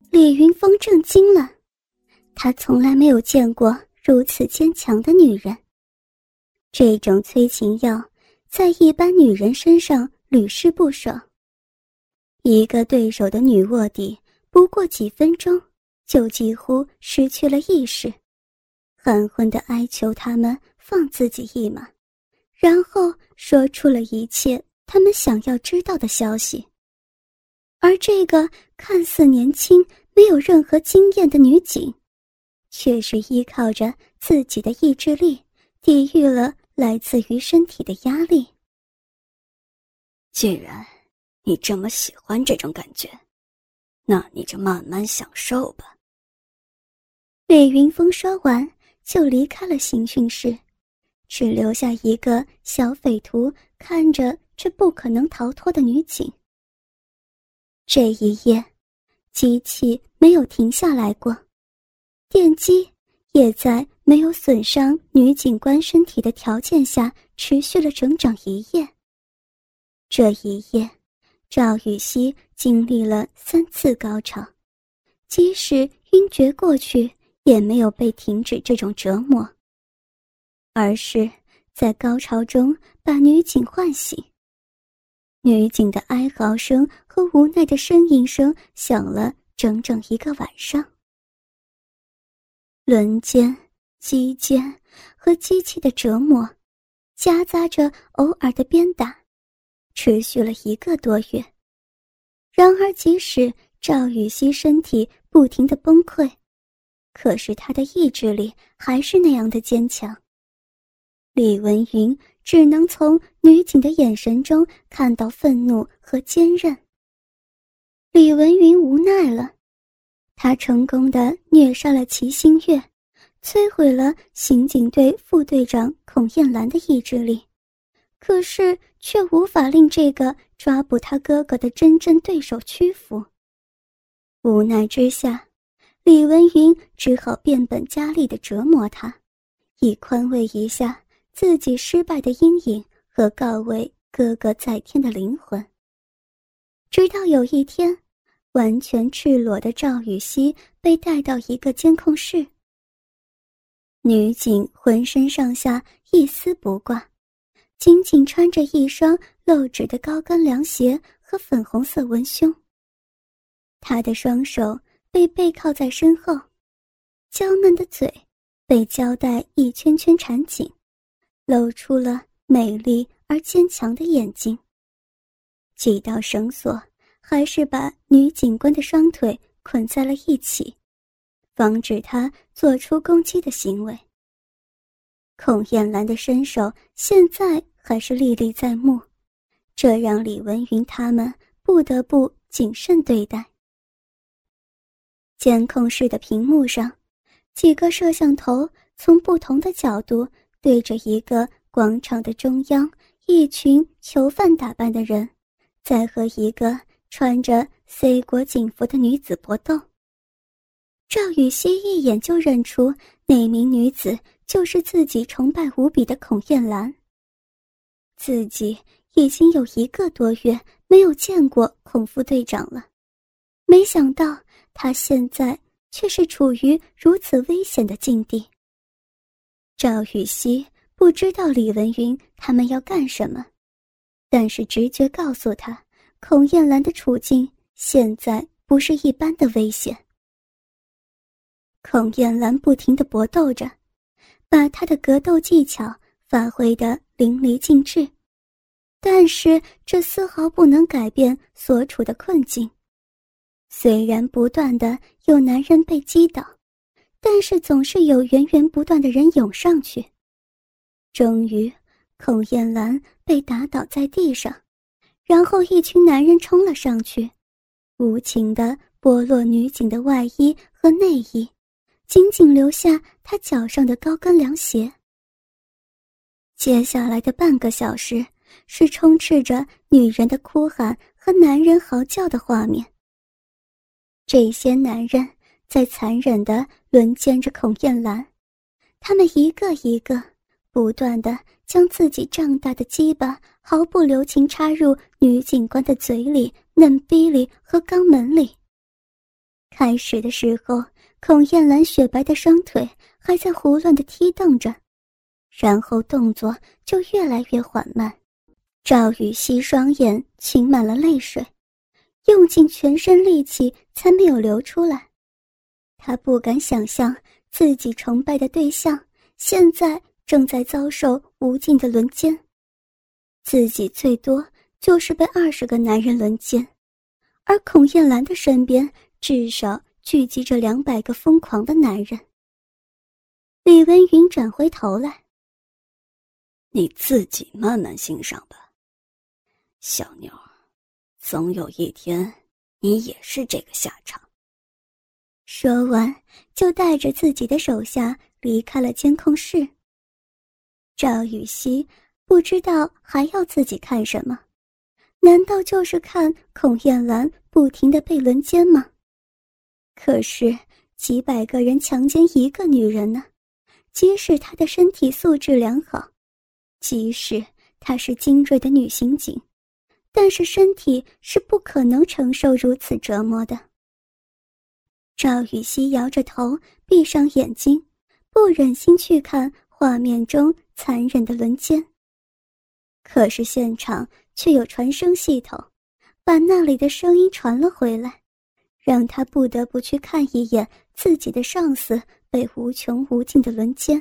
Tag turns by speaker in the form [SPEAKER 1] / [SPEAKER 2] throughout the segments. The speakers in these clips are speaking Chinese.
[SPEAKER 1] 李云峰震惊了，他从来没有见过如此坚强的女人。这种催情药在一般女人身上屡试不爽。一个对手的女卧底不过几分钟就几乎失去了意识，含混地哀求他们放自己一马，然后说出了一切他们想要知道的消息。而这个看似年轻没有任何经验的女警，却是依靠着自己的意志力抵御了来自于身体的压力。
[SPEAKER 2] 既然你这么喜欢这种感觉，那你就慢慢享受吧。
[SPEAKER 1] 李云峰说完就离开了刑讯室，只留下一个小匪徒看着这不可能逃脱的女警。这一夜，机器没有停下来过，电击也在没有损伤女警官身体的条件下持续了整整一夜。这一夜，赵雨熙经历了3次高潮，即使晕厥过去，也没有被停止这种折磨，而是在高潮中把女警唤醒。女警的哀嚎声和无奈的呻吟声响了整整1个晚上。轮奸、击奸和机器的折磨，夹杂着偶尔的鞭打，持续了1个多月。然而即使赵雨熙身体不停地崩溃，可是她的意志力还是那样的坚强。李文云只能从女警的眼神中看到愤怒和坚韧。李文云无奈了，他成功地虐杀了齐星月，摧毁了刑警队副队长孔燕兰的意志力，可是却无法令这个抓捕他哥哥的真正对手屈服。无奈之下，李文云只好变本加厉地折磨他，以宽慰一下自己失败的阴影和告慰哥哥在天的灵魂。直到有一天，完全赤裸的赵雨熙被带到一个监控室。女警浑身上下一丝不挂，仅仅穿着一双露趾的高跟凉鞋和粉红色文胸。她的双手被背靠在身后，娇嫩的嘴被胶带一圈圈缠紧，露出了美丽而坚强的眼睛。几道绳索还是把女警官的双腿捆在了一起，防止她做出攻击的行为。孔燕兰的身手现在还是历历在目，这让李文云他们不得不谨慎对待。监控室的屏幕上，几个摄像头从不同的角度对着一个广场的中央，一群囚犯打扮的人在和一个穿着 C 国警服的女子搏斗。赵雨熙一眼就认出那名女子就是自己崇拜无比的孔燕兰。自己已经有1个多月没有见过孔副队长了，没想到他现在却是处于如此危险的境地。赵雨熙不知道李文云他们要干什么，但是直觉告诉他，孔燕兰的处境现在不是一般的危险。孔燕兰不停地搏斗着，把她的格斗技巧发挥得淋漓尽致，但是这丝毫不能改变所处的困境。虽然不断的有男人被击倒，但是总是有源源不断的人涌上去。终于，孔燕兰被打倒在地上，然后一群男人冲了上去，无情地剥落女警的外衣和内衣，仅仅留下她脚上的高跟凉鞋。接下来的半个小时是充斥着女人的哭喊和男人嚎叫的画面。这些男人在残忍地轮奸着孔燕兰，他们一个一个不断地将自己胀大的鸡巴毫不留情插入女警官的嘴里、嫩逼里和肛门里。 开始的时候，孔燕兰雪白的双腿还在胡乱地踢蹬着，然后动作就越来越缓慢。赵雨熙双眼噙满了泪水，用尽全身力气才没有流出来。他不敢想象自己崇拜的对象现在正在遭受无尽的轮奸，自己最多就是被20个男人轮奸，而孔燕兰的身边至少聚集着200个疯狂的男人。李文云转回头来，
[SPEAKER 2] 你自己慢慢欣赏吧，小妞儿，总有一天你也是这个下场。
[SPEAKER 1] 说完就带着自己的手下离开了监控室。赵雨熙不知道还要自己看什么，难道就是看孔燕兰不停地被轮奸吗？可是几百个人强奸一个女人呢，即使她的身体素质良好，即使她是精锐的女刑警，但是身体是不可能承受如此折磨的。赵雨熙摇着头，闭上眼睛，不忍心去看画面中残忍的轮奸。可是现场却有传声系统，把那里的声音传了回来，让他不得不去看一眼自己的上司被无穷无尽的轮奸。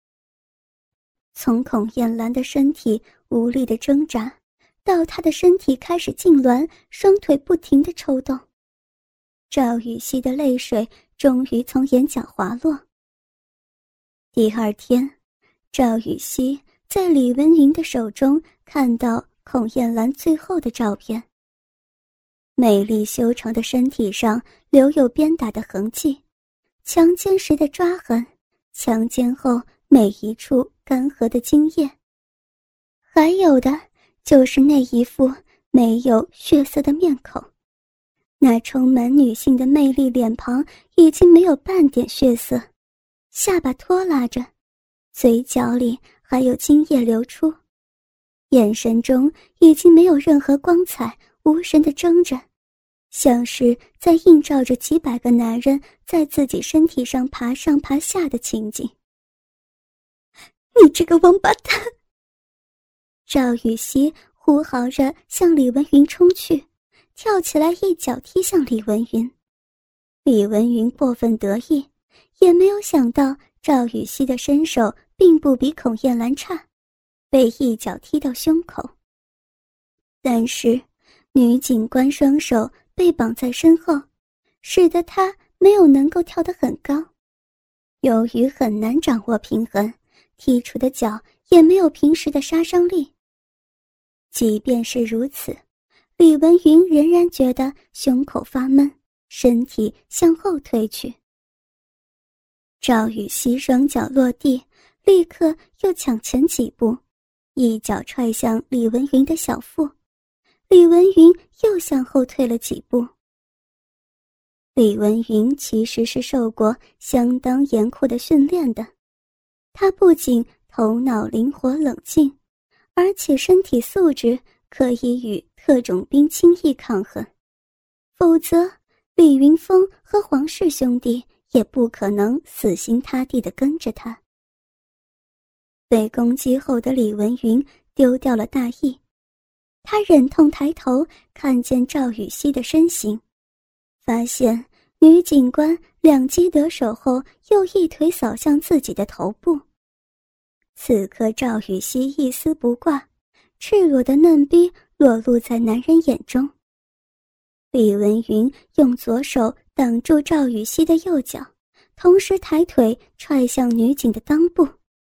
[SPEAKER 1] 从孔燕兰的身体无力的挣扎，到她的身体开始痉挛，双腿不停地抽动，赵雨熙的泪水终于从眼角滑落。第2天，赵雨熙在李文云的手中看到孔燕兰最后的照片。美丽修长的身体上留有鞭打的痕迹，强奸时的抓痕，强奸后每一处干涸的精液，还有的就是那一副没有血色的面孔。那充满女性的魅力脸庞已经没有半点血色，下巴拖拉着，嘴角里还有精液流出，眼神中已经没有任何光彩，无神地睁着，像是在映照着几百个男人在自己身体上爬上爬下的情景。你这个王八蛋！赵雨熙呼嚎着向李文云冲去，跳起来一脚踢向李文云。李文云过分得意，也没有想到赵雨熙的身手并不比孔燕兰差，被一脚踢到胸口。但是女警官双手被绑在身后，使得她没有能够跳得很高。由于很难掌握平衡，踢出的脚也没有平时的杀伤力。即便是如此，李文云仍然觉得胸口发闷，身体向后退去。赵雨熙双脚落地，立刻又抢前几步，一脚踹向李文云的小腹。李文云又向后退了几步。李文云其实是受过相当严酷的训练的，他不仅头脑灵活冷静，而且身体素质可以与特种兵轻易抗衡，否则李云峰和黄氏兄弟也不可能死心塌地地跟着他。被攻击后的李文云丢掉了大意，他忍痛抬头看见赵雨熙的身形，发现女警官2击得手后又一腿扫向自己的头部。此刻赵雨熙一丝不挂，赤裸的嫩逼裸露在男人眼中。李文云用左手挡住赵雨熙的右脚，同时抬腿踹向女警的裆部。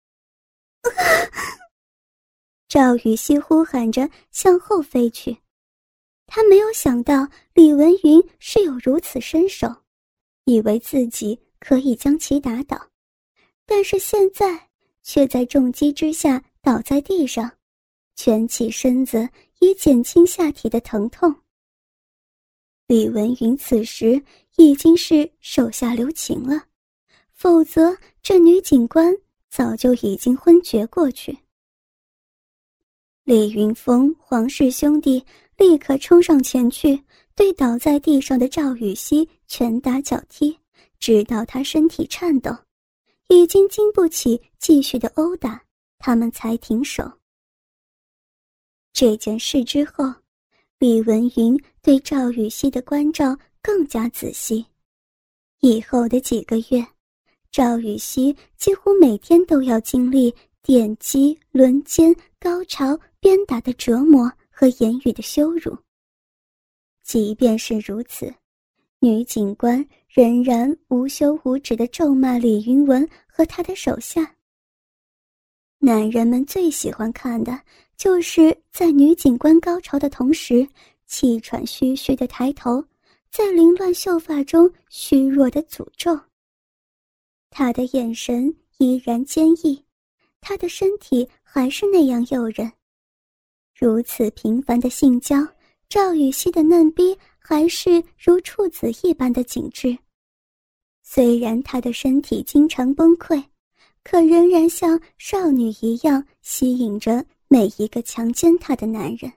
[SPEAKER 1] 赵雨熙呼喊着向后飞去，他没有想到李文云是有如此身手，以为自己可以将其打倒，但是现在却在重击之下倒在地上，蜷起身子以减轻下体的疼痛。李文云此时已经是手下留情了，否则这女警官早就已经昏厥过去。李云峰、黄氏兄弟立刻冲上前去， 对倒在地上的赵雨熙拳打脚踢，直到他身体颤抖，已经经不起继续的殴打，他们才停手。这件事之后，李文云对赵雨熙的关照更加仔细。以后的几个月，赵雨熙几乎每天都要经历电击、轮奸、高潮、鞭打的折磨和言语的羞辱。即便是如此，女警官仍然无休无止地咒骂李云文和他的手下。男人们最喜欢看的就是在女警官高潮的同时，气喘吁吁地抬头，在凌乱秀发中虚弱地诅咒。他的眼神依然坚毅，他的身体还是那样诱人。如此频繁的性交，赵雨熙的嫩逼还是如处子一般的紧致。虽然她的身体经常崩溃，可仍然像少女一样吸引着每一个强奸她的男人。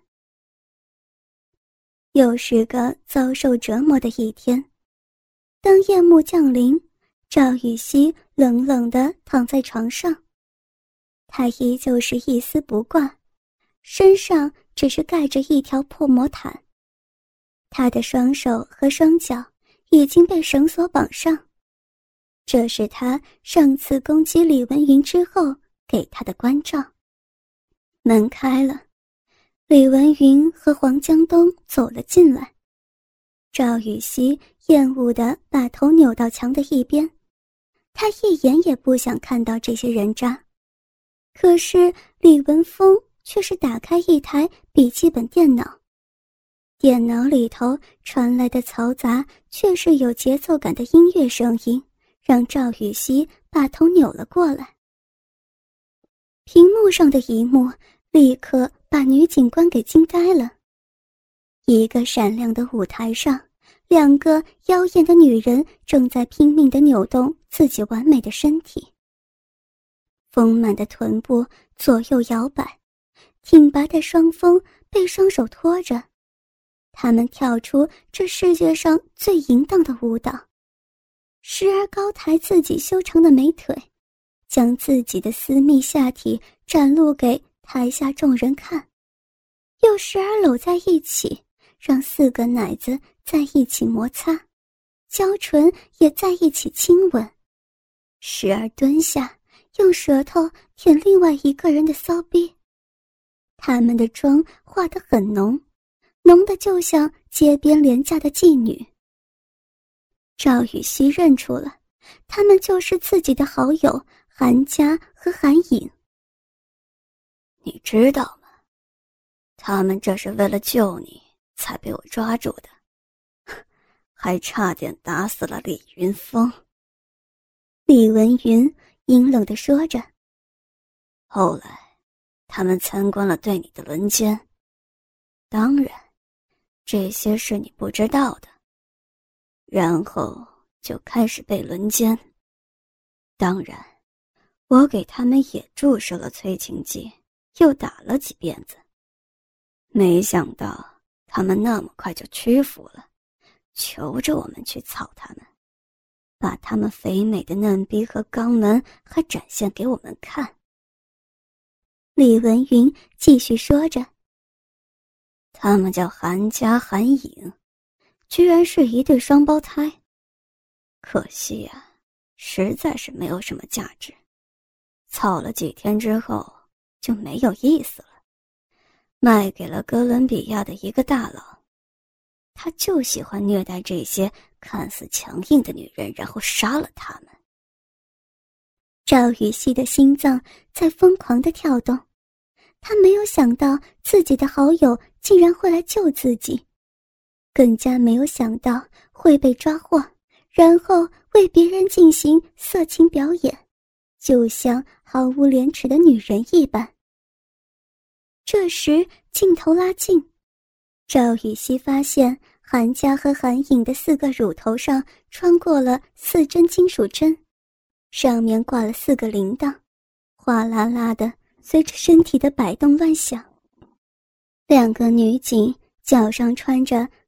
[SPEAKER 1] 又是个遭受折磨的一天，当夜幕降临，赵雨熙冷冷地躺在床上，她依旧是一丝不挂，身上只是盖着一条破魔毯。她的双手和双脚已经被绳索绑上，这是她上次攻击李文云之后给她的关照。门开了，李文云和黄江东走了进来。赵雨熙厌恶地把头扭到墙的一边，他一眼也不想看到这些人渣。可是李文峰却是打开一台笔记本电脑，电脑里头传来的嘈杂却是有节奏感的音乐声音，让赵雨熙把头扭了过来。屏幕上的一幕立刻把女警官给惊呆了。一个闪亮的舞台上，两个妖艳的女人正在拼命地扭动自己完美的身体。丰满的臀部左右摇摆，挺拔的双峰被双手托着，她们跳出这世界上最淫荡的舞蹈，时而高抬自己修长的美腿，将自己的私密下体展露给台下众人看，又时而搂在一起，让4个奶子在一起摩擦，娇唇也在一起亲吻，时而蹲下，用舌头舔另外一个人的骚逼。他们的妆化得很浓，浓得就像街边廉价的妓女。赵雨熙认出了，他们就是自己的好友韩家和韩颖。
[SPEAKER 2] 你知道吗？他们这是为了救你才被我抓住的，还差点打死了李云峰。
[SPEAKER 1] 李文云阴冷地说着。
[SPEAKER 2] 后来他们参观了对你的轮奸，当然这些是你不知道的，然后就开始被轮奸。当然我给他们也注射了催情剂，又打了几鞭子，没想到他们那么快就屈服了，求着我们去操他们，把他们肥美的嫩逼和肛门还展现给我们看。
[SPEAKER 1] 李文云继续说着，
[SPEAKER 2] 他们叫韩家韩颖，居然是一对双胞胎，可惜呀，实在是没有什么价值，操了几天之后就没有意思了，卖给了哥伦比亚的一个大佬，他就喜欢虐待这些看似强硬的女人，然后杀了她们。
[SPEAKER 1] 赵雨熙的心脏在疯狂地跳动，他没有想到自己的好友竟然会来救自己，更加没有想到会被抓获，然后为别人进行色情表演，就像毫无廉耻的女人一般。这时镜头拉近，赵雨熙发现韩家和韩颖的4个乳头上穿过了4针金属针，上面挂了4个铃铛，哗啦啦的随着身体的摆动乱响。2个女警脚上穿着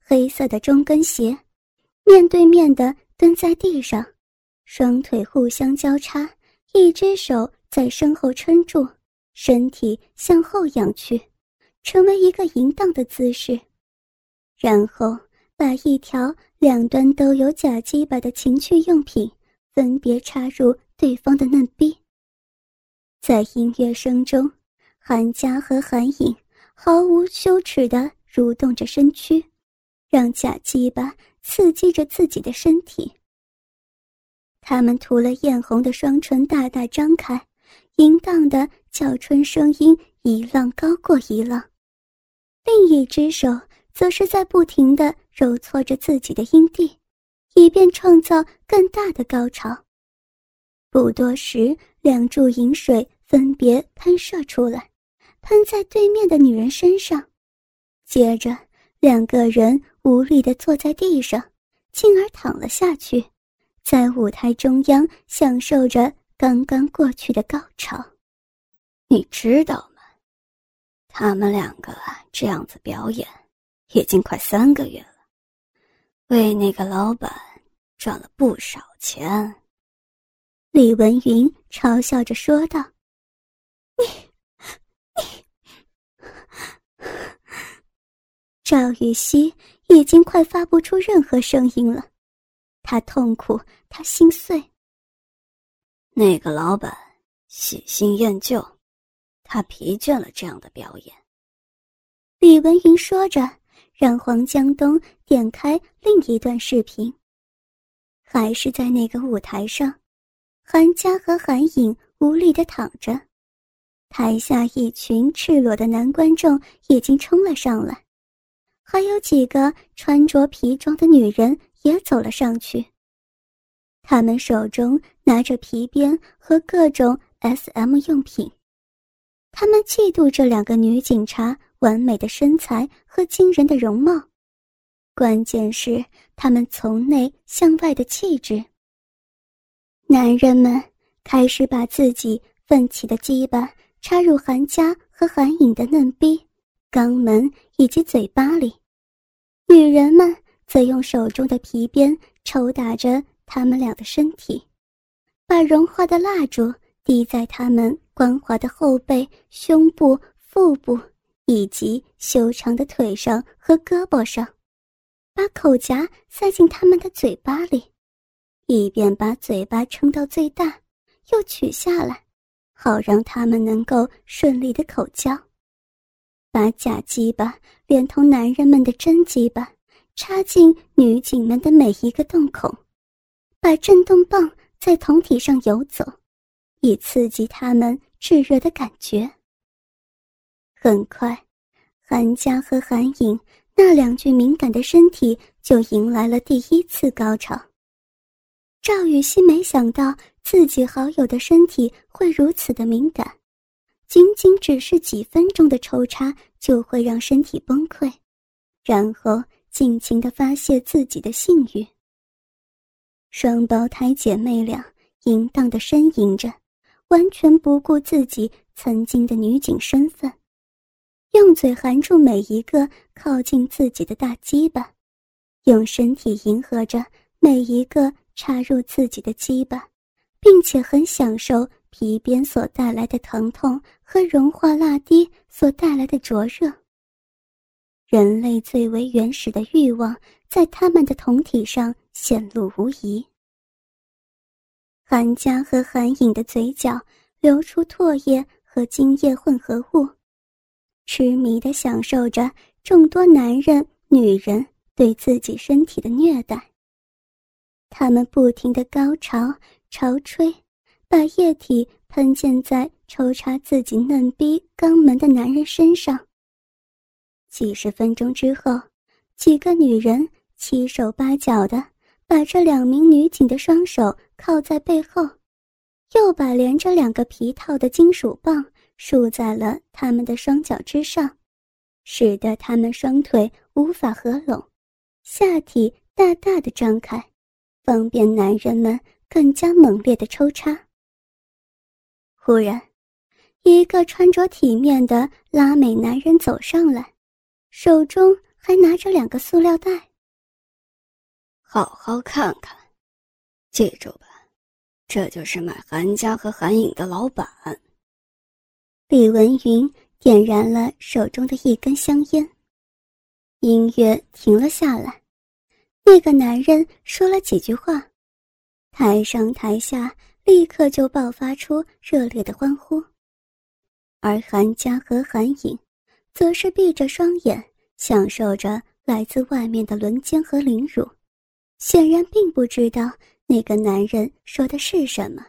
[SPEAKER 1] 黑色的中跟鞋，面对面地蹲在地上，双腿互相交叉，一只手在身后撑住，身体向后仰去，成为一个淫荡的姿势，然后把一条两端都有假鸡巴的情趣用品分别插入对方的嫩逼。在音乐声中，韩佳和韩颖毫无羞耻地蠕动着身躯，让假鸡巴刺激着自己的身体。他们涂了艳红的双唇大大张开，淫荡的叫春声音一浪高过一浪。另一只手则是在不停地揉搓着自己的阴蒂，以便创造更大的高潮。不多时，两柱淫水分别喷射出来，喷在对面的女人身上。接着，两个人无力地坐在地上，进而躺了下去，在舞台中央享受着刚刚过去的高潮。
[SPEAKER 2] 你知道吗？他们两个这样子表演已经快3个月了，为那个老板赚了不少钱。
[SPEAKER 1] 李文云嘲笑着说道。赵雨熙已经快发不出任何声音了，他痛苦，他心碎。
[SPEAKER 2] 那个老板喜新厌旧，他疲倦了这样的表演。
[SPEAKER 1] 李文云说着，让黄江东点开另一段视频。还是在那个舞台上，韩佳和韩颖无力地躺着，台下一群赤裸的男观众已经冲了上来，还有几个穿着皮装的女人也走了上去。他们手中拿着皮鞭和各种 SM 用品，他们嫉妒这两个女警察完美的身材和惊人的容貌，关键是他们从内向外的气质。男人们开始把自己奋起的鸡巴插入韩佳和韩颖的嫩逼、肛门以及嘴巴里，女人们则用手中的皮鞭抽打着他们俩的身体，把融化的蜡烛滴在他们光滑的后背、胸部、腹部以及修长的腿上和胳膊上，把口夹塞进他们的嘴巴里，一边把嘴巴撑到最大，又取下来，好让他们能够顺利的口交。把假鸡巴连同男人们的真鸡巴插进女警们的每一个洞孔，把震动棒在酮体上游走，以刺激他们炙热的感觉。很快，韩佳和韩颖那两具敏感的身体就迎来了第一次高潮。赵雨欣没想到自己好友的身体会如此的敏感，仅仅只是几分钟的抽插就会让身体崩溃，然后尽情地发泄自己的性欲。双胞胎姐妹俩淫荡地呻吟着，完全不顾自己曾经的女警身份，用嘴含住每一个靠近自己的大鸡巴，用身体迎合着每一个插入自己的鸡巴，并且很享受皮鞭所带来的疼痛和融化蜡滴所带来的灼热。人类最为原始的欲望在他们的酮体上显露无遗。韩佳和韩颖的嘴角流出唾液和精液混合物，痴迷地享受着众多男人、女人对自己身体的虐待。他们不停地高潮、潮吹，把液体喷溅在抽插自己嫩逼、肛门的男人身上。几十分钟之后，几个女人七手八脚地把这两名女警的双手靠在背后，又把连着2个皮套的金属棒竖在了他们的双脚之上，使得他们双腿无法合拢，下体大大的张开，方便男人们更加猛烈的抽插。忽然，一个穿着体面的拉美男人走上来，手中还拿着2个塑料袋。
[SPEAKER 2] 好好看看，记住吧，这就是买韩家和韩颖的老板。
[SPEAKER 1] 李文云点燃了手中的一根香烟，音乐停了下来。那个男人说了几句话，台上台下立刻就爆发出热烈的欢呼。而韩家和韩颖则是闭着双眼，享受着来自外面的轮奸和凌辱，显然并不知道那个男人说的是什么。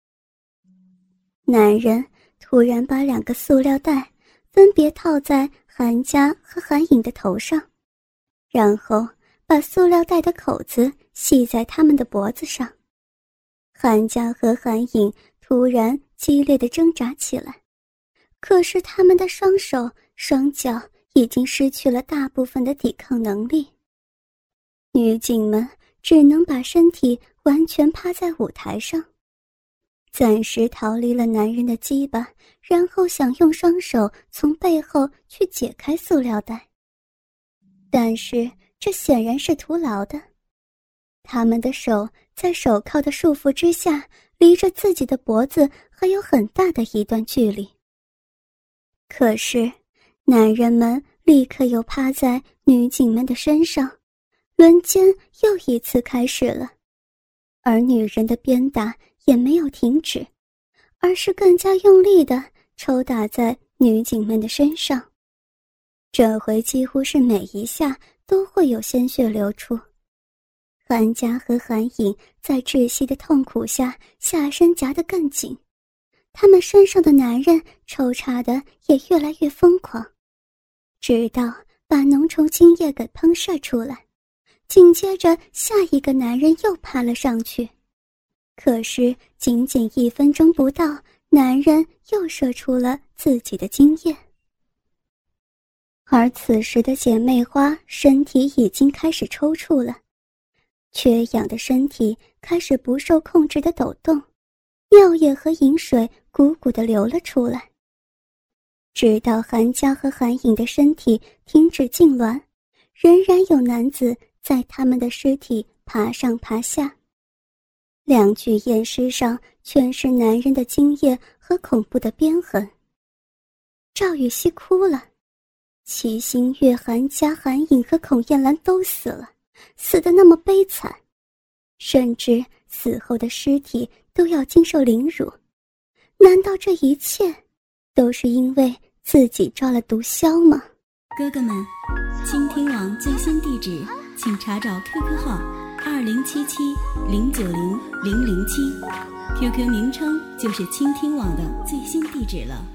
[SPEAKER 1] 男人突然把2个塑料袋分别套在韩家和韩颖的头上，然后把塑料袋的口子系在他们的脖子上。韩家和韩颖突然激烈地挣扎起来，可是他们的双手双脚已经失去了大部分的抵抗能力。女警们只能把身体完全趴在舞台上，暂时逃离了男人的鸡巴，然后想用双手从背后去解开塑料袋。但是这显然是徒劳的，他们的手在手铐的束缚之下，离着自己的脖子还有很大的一段距离。可是男人们立刻又趴在女警们的身上，轮奸又一次开始了。而女人的鞭打也没有停止，而是更加用力地抽打在女警们的身上。这回几乎是每一下都会有鲜血流出。韩家和韩颖在窒息的痛苦下，下身夹得更紧，他们身上的男人抽插的也越来越疯狂，直到把浓稠精液给喷射出来。紧接着下一个男人又爬了上去，可是仅仅1分钟不到，男人又射出了自己的精液。而此时的姐妹花身体已经开始抽搐了，缺氧的身体开始不受控制的抖动，尿液和饮水汩汩地流了出来。直到韩家和韩颖的身体停止痉挛，仍然有男子在他们的尸体爬上爬下。2具验尸上全是男人的精液和恐怖的鞭痕。赵雨熙哭了，齐星月、韩家、韩颖和孔燕兰都死了，死得那么悲惨，甚至死后的尸体都要经受凌辱。难道这一切都是因为自己中了毒枭吗？
[SPEAKER 3] 哥哥们，倾听网最新地址请查找 QQ 号2077090007，QQ 名称就是倾听网的最新地址了。